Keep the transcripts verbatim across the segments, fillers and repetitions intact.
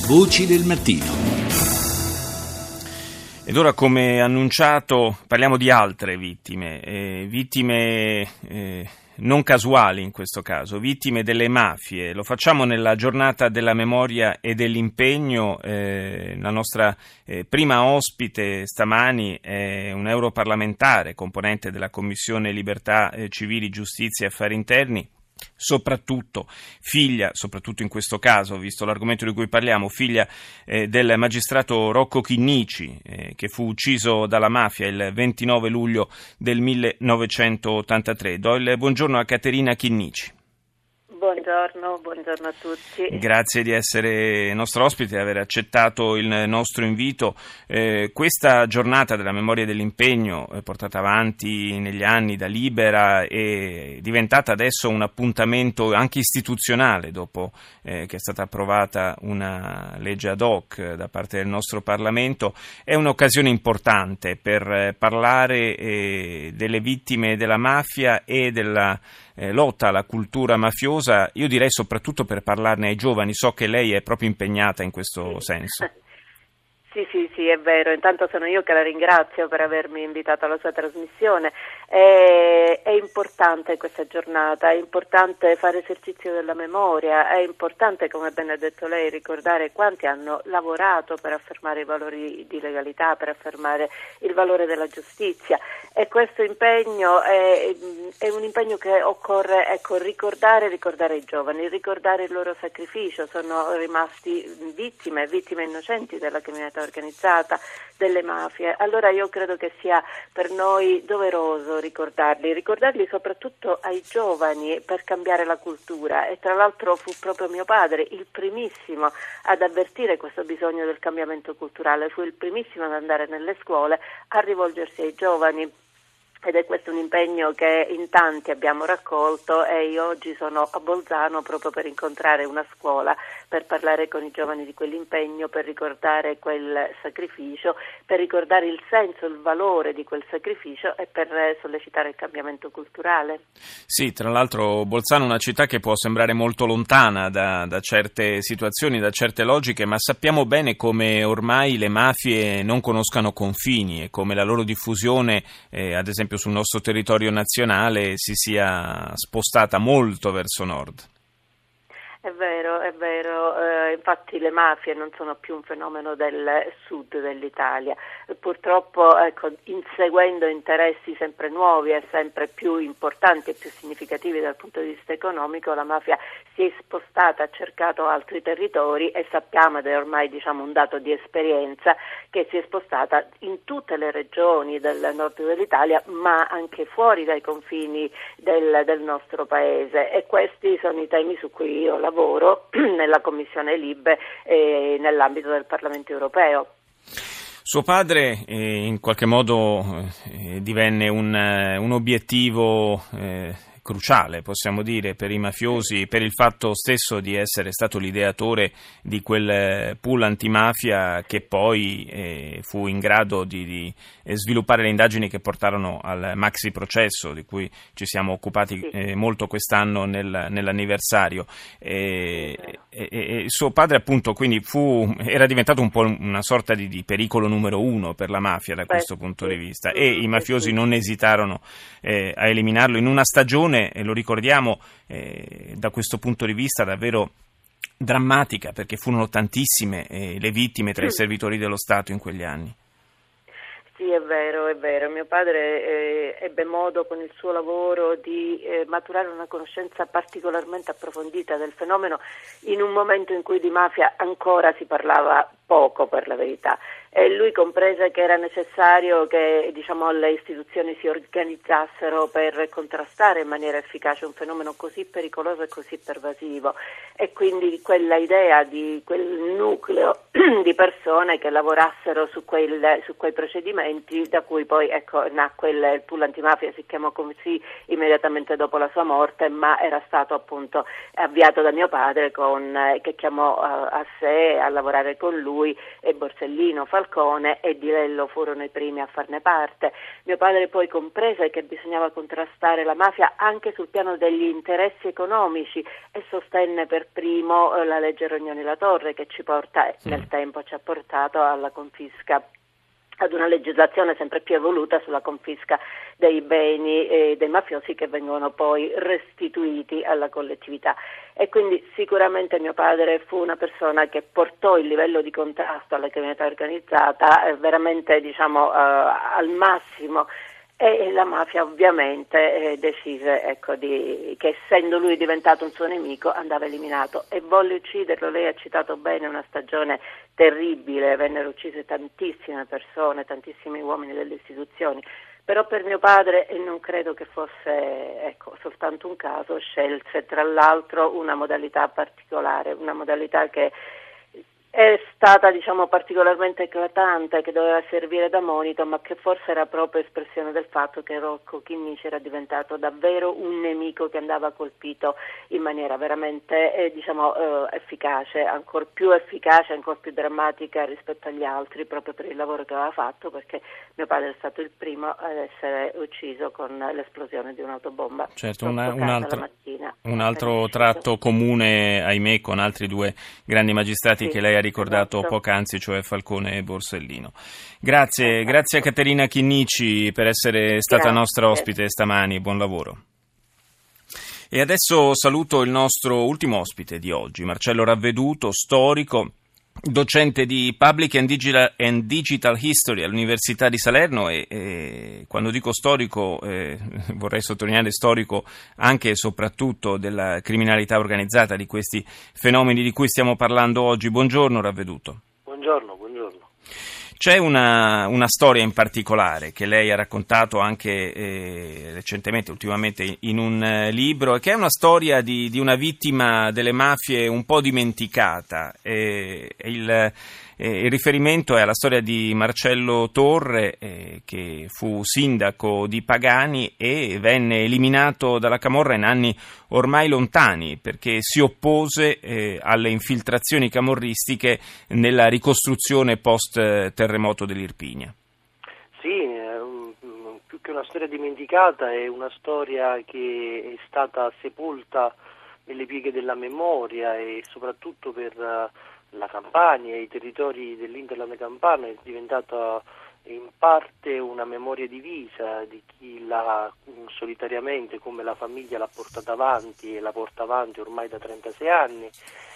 Voci del mattino. Ed ora, come annunciato, parliamo di altre vittime, eh, vittime eh, non casuali in questo caso, vittime delle mafie. Lo facciamo nella giornata della memoria e dell'impegno. Eh, la nostra eh, prima ospite stamani è un europarlamentare, componente della Commissione Libertà eh, Civili, Giustizia e Affari Interni, soprattutto figlia, soprattutto in questo caso, visto l'argomento di cui parliamo, figlia eh, del magistrato Rocco Chinnici, eh, che fu ucciso dalla mafia il ventinove luglio del millenovecentottantatré. Do il buongiorno a Caterina Chinnici. Buongiorno, buongiorno a tutti. Grazie di essere nostro ospite e aver accettato il nostro invito. Eh, questa giornata della memoria e dell'impegno, eh, portata avanti negli anni da Libera, è diventata adesso un appuntamento anche istituzionale dopo eh, che è stata approvata una legge ad hoc da parte del nostro Parlamento. È un'occasione importante per eh, parlare eh, delle vittime della mafia e della Eh, lotta alla cultura mafiosa, io direi soprattutto per parlarne ai giovani. So che lei è proprio impegnata in questo senso. Sì, sì, sì, è vero. Intanto sono io che la ringrazio per avermi invitato alla sua trasmissione. È, è importante questa giornata, è importante fare esercizio della memoria, è importante, come ben ha detto lei, ricordare quanti hanno lavorato per affermare i valori di legalità, per affermare il valore della giustizia. E questo impegno è, è un impegno che occorre, ecco, ricordare, ricordare i giovani, ricordare il loro sacrificio. Sono rimasti vittime, vittime innocenti della criminalità organizzata, delle mafie. Allora io credo che sia per noi doveroso ricordarli, ricordarli soprattutto ai giovani per cambiare la cultura. E tra l'altro fu proprio mio padre il primissimo ad avvertire questo bisogno del cambiamento culturale, fu il primissimo ad andare nelle scuole a rivolgersi ai giovani. Ed è questo un impegno che in tanti abbiamo raccolto, e io oggi sono a Bolzano proprio per incontrare una scuola, per parlare con i giovani di quell'impegno, per ricordare quel sacrificio, per ricordare il senso, il valore di quel sacrificio e per sollecitare il cambiamento culturale. Sì, tra l'altro Bolzano è una città che può sembrare molto lontana da, da certe situazioni, da certe logiche, ma sappiamo bene come ormai le mafie non conoscano confini e come la loro diffusione, eh, ad esempio sul nostro territorio nazionale, si sia spostata molto verso nord. È vero, è vero, eh, infatti le mafie non sono più un fenomeno del sud dell'Italia. Purtroppo, ecco, inseguendo interessi sempre nuovi e sempre più importanti e più significativi dal punto di vista economico, la mafia si è spostata, ha cercato altri territori, e sappiamo, ed è ormai, diciamo, un dato di esperienza, che si è spostata in tutte le regioni del nord dell'Italia, ma anche fuori dai confini del, del nostro paese. E questi sono i temi su cui io lavoro nella Commissione Libe e nell'ambito del Parlamento Europeo. Suo padre eh, in qualche modo eh, divenne un, un obiettivo eh, cruciale, possiamo dire, per i mafiosi, per il fatto stesso di essere stato l'ideatore di quel pool antimafia che poi eh, fu in grado di, di sviluppare le indagini che portarono al maxi processo, di cui ci siamo occupati eh, molto quest'anno nel, nell'anniversario. E, e, e suo padre, appunto, quindi fu era diventato un po' una sorta di, di pericolo numero uno per la mafia da questo punto di vista, e i mafiosi non esitarono eh, a eliminarlo in una stagione, e lo ricordiamo, eh, da questo punto di vista davvero drammatica, perché furono tantissime eh, le vittime tra i servitori dello Stato in quegli anni. Sì, è vero, è vero. Mio padre eh, ebbe modo con il suo lavoro di eh, maturare una conoscenza particolarmente approfondita del fenomeno in un momento in cui di mafia ancora si parlava poco, per la verità. E lui comprese che era necessario che, diciamo, le istituzioni si organizzassero per contrastare in maniera efficace un fenomeno così pericoloso e così pervasivo, e quindi quella idea di quel nucleo di persone che lavorassero su, quel, su quei procedimenti, da cui poi, ecco, nacque il, il pool antimafia, si chiamò così immediatamente dopo la sua morte, ma era stato appunto avviato da mio padre, con, eh, che chiamò a, a sé a lavorare con lui lui e Borsellino, Falcone, e Di Lello furono i primi a farne parte. Mio padre poi comprese che bisognava contrastare la mafia anche sul piano degli interessi economici e sostenne per primo eh, la legge Rognoni-La Torre, che ci porta, nel tempo ci ha portato alla confisca, ad una legislazione sempre più evoluta sulla confisca dei beni eh, dei mafiosi, che vengono poi restituiti alla collettività. E quindi sicuramente mio padre fu una persona che portò il livello di contrasto alla criminalità organizzata eh, veramente, diciamo, eh, al massimo. E la mafia ovviamente eh, decise, ecco, di, che essendo lui diventato un suo nemico andava eliminato, e volle ucciderlo. Lei ha citato bene una stagione terribile, vennero uccise tantissime persone, tantissimi uomini delle istituzioni, però per mio padre, e non credo che fosse ecco, soltanto un caso, scelse tra l'altro una modalità particolare, una modalità che è stata, diciamo, particolarmente eclatante, che doveva servire da monito, ma che forse era proprio espressione del fatto che Rocco Chinnici era diventato davvero un nemico che andava colpito in maniera veramente eh, diciamo eh, efficace, ancora più efficace, ancora più drammatica rispetto agli altri, proprio per il lavoro che aveva fatto, perché mio padre è stato il primo ad essere ucciso con l'esplosione di un'autobomba. Certo, una, un, altro, un altro tratto comune, ahimè, con altri due grandi magistrati sì, che lei ha ricordato esatto. poc'anzi, cioè Falcone e Borsellino. Grazie, esatto. grazie a Caterina Chinnici per essere stata grazie. nostra ospite stamani, buon lavoro. E adesso saluto il nostro ultimo ospite di oggi, Marcello Ravveduto, storico, docente di Public and Digital, and Digital History all'Università di Salerno e, e quando dico storico eh, vorrei sottolineare storico anche e soprattutto della criminalità organizzata, di questi fenomeni di cui stiamo parlando oggi. Buongiorno Ravveduto. Buongiorno, buongiorno. C'è una, una storia in particolare che lei ha raccontato anche eh, recentemente, ultimamente, in un eh, libro, e che è una storia di, di una vittima delle mafie un po' dimenticata. Eh, il, eh, il riferimento è alla storia di Marcello Torre, eh, che fu sindaco di Pagani e venne eliminato dalla camorra in anni ormai lontani, perché si oppose eh, alle infiltrazioni camorristiche nella ricostruzione post-terremoto dell'Irpinia. Sì, più che una storia dimenticata è una storia che è stata sepolta nelle pieghe della memoria, e soprattutto per la Campania e i territori dell'Interland Campana è diventata in parte una memoria divisa di chi l'ha solitariamente, come la famiglia, l'ha portata avanti e la porta avanti ormai da trentasei anni,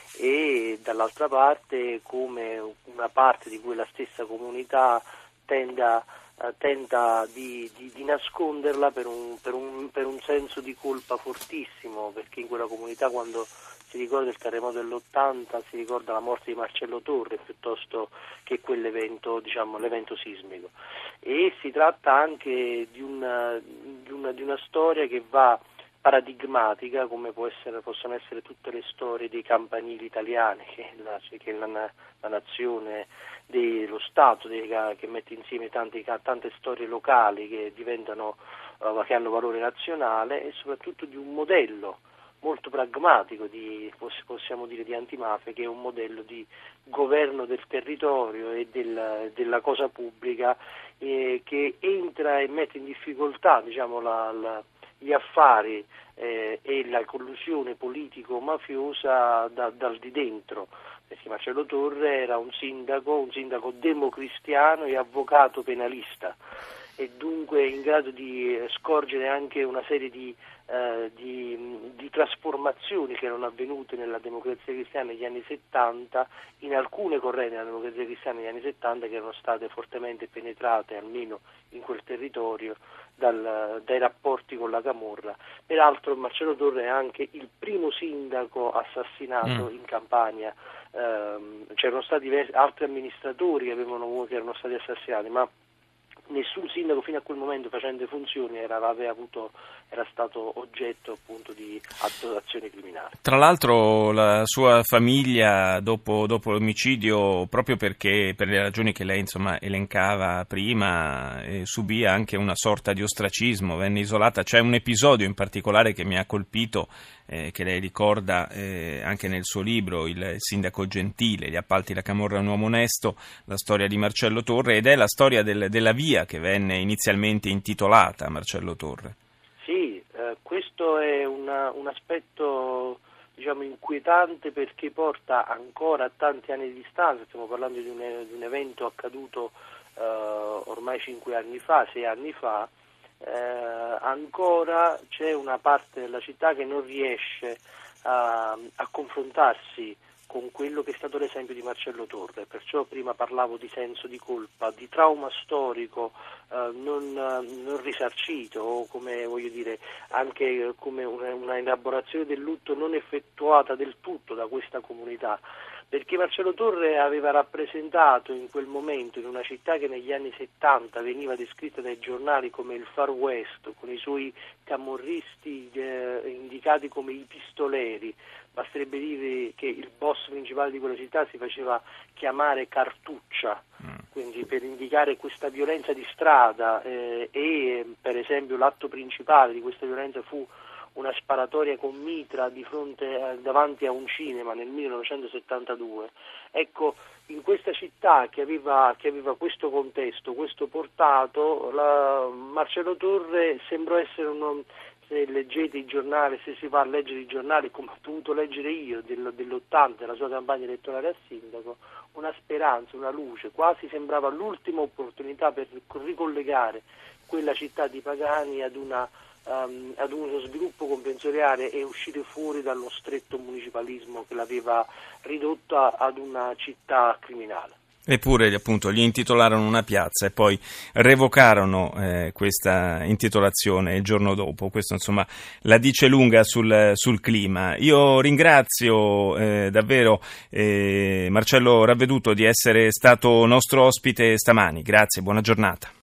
e dall'altra parte come una parte di quella stessa comunità tenda, eh, tenta di, di, di nasconderla per un, per, un, per un senso di colpa fortissimo, perché in quella comunità, quando si ricorda il terremoto dell'ottanta, si ricorda la morte di Marcello Torre piuttosto che quell'evento, diciamo, l'evento sismico. E si tratta anche di una, di una, di una storia che va paradigmatica, come può essere, possono essere tutte le storie dei campanili italiani, che è la, che è la, la nazione dello Stato, dei, che mette insieme tanti, tante storie locali che diventano, uh, che hanno valore nazionale, e soprattutto di un modello molto pragmatico di, possiamo dire, di antimafia, che è un modello di governo del territorio e del, della cosa pubblica, eh, che entra e mette in difficoltà, diciamo, la, la, gli affari eh, e la collusione politico-mafiosa da, dal di dentro, perché Marcello Torre era un sindaco, un sindaco democristiano e avvocato penalista, e dunque in grado di scorgere anche una serie di Eh, di, di trasformazioni che erano avvenute nella democrazia cristiana negli anni settanta, in alcune correnti della democrazia cristiana negli anni settanta, che erano state fortemente penetrate, almeno in quel territorio, dal, dai rapporti con la camorra. Peraltro Marcello Torre è anche il primo sindaco assassinato mm. in Campania. Eh, c'erano stati diversi, altri amministratori che, avevano, che erano stati assassinati, ma nessun sindaco fino a quel momento facendo funzioni era, aveva avuto, era stato oggetto appunto di azione criminale. Tra l'altro la sua famiglia dopo, dopo l'omicidio, proprio perché per le ragioni che lei insomma elencava prima, eh, subì anche una sorta di ostracismo, venne isolata. C'è un episodio in particolare che mi ha colpito, eh, che lei ricorda eh, anche nel suo libro, il, il sindaco gentile, gli appalti, la camorra, un uomo onesto, la storia di Marcello Torre, ed è la storia del, della via che venne inizialmente intitolata a Marcello Torre. Sì, eh, questo è una, un aspetto diciamo inquietante, perché porta ancora a tanti anni di distanza. Stiamo parlando di un, di un evento accaduto eh, ormai cinque anni fa, sei anni fa. Eh, ancora c'è una parte della città che non riesce a, a confrontarsi con quello che è stato l'esempio di Marcello Torre, perciò prima parlavo di senso di colpa, di trauma storico eh, non, non risarcito, o come voglio dire anche come una, una elaborazione del lutto non effettuata del tutto da questa comunità, perché Marcello Torre aveva rappresentato in quel momento, in una città che negli anni settanta veniva descritta dai giornali come il Far West, con i suoi camorristi eh, indicati come i pistoleri. Basterebbe dire che il boss principale di quella città si faceva chiamare Cartuccia, quindi per indicare questa violenza di strada, eh, e per esempio l'atto principale di questa violenza fu una sparatoria con mitra di fronte eh, davanti a un cinema nel millenovecentosettantadue. Ecco, in questa città che aveva, che aveva questo contesto, questo portato, la, Marcello Torre sembrò essere uno, se leggete i giornali, se si va a leggere i giornali come ho dovuto leggere io del, dell'ottanta, della sua campagna elettorale a sindaco, una speranza, una luce, quasi sembrava l'ultima opportunità per ricollegare quella città di Pagani ad una Um, ad uno sviluppo comprensorale e uscire fuori dallo stretto municipalismo che l'aveva ridotta ad una città criminale. Eppure appunto gli intitolarono una piazza e poi revocarono eh, questa intitolazione il giorno dopo. Questo insomma la dice lunga sul, sul clima. Io ringrazio eh, davvero eh, Marcello Ravveduto di essere stato nostro ospite stamani. Grazie, buona giornata.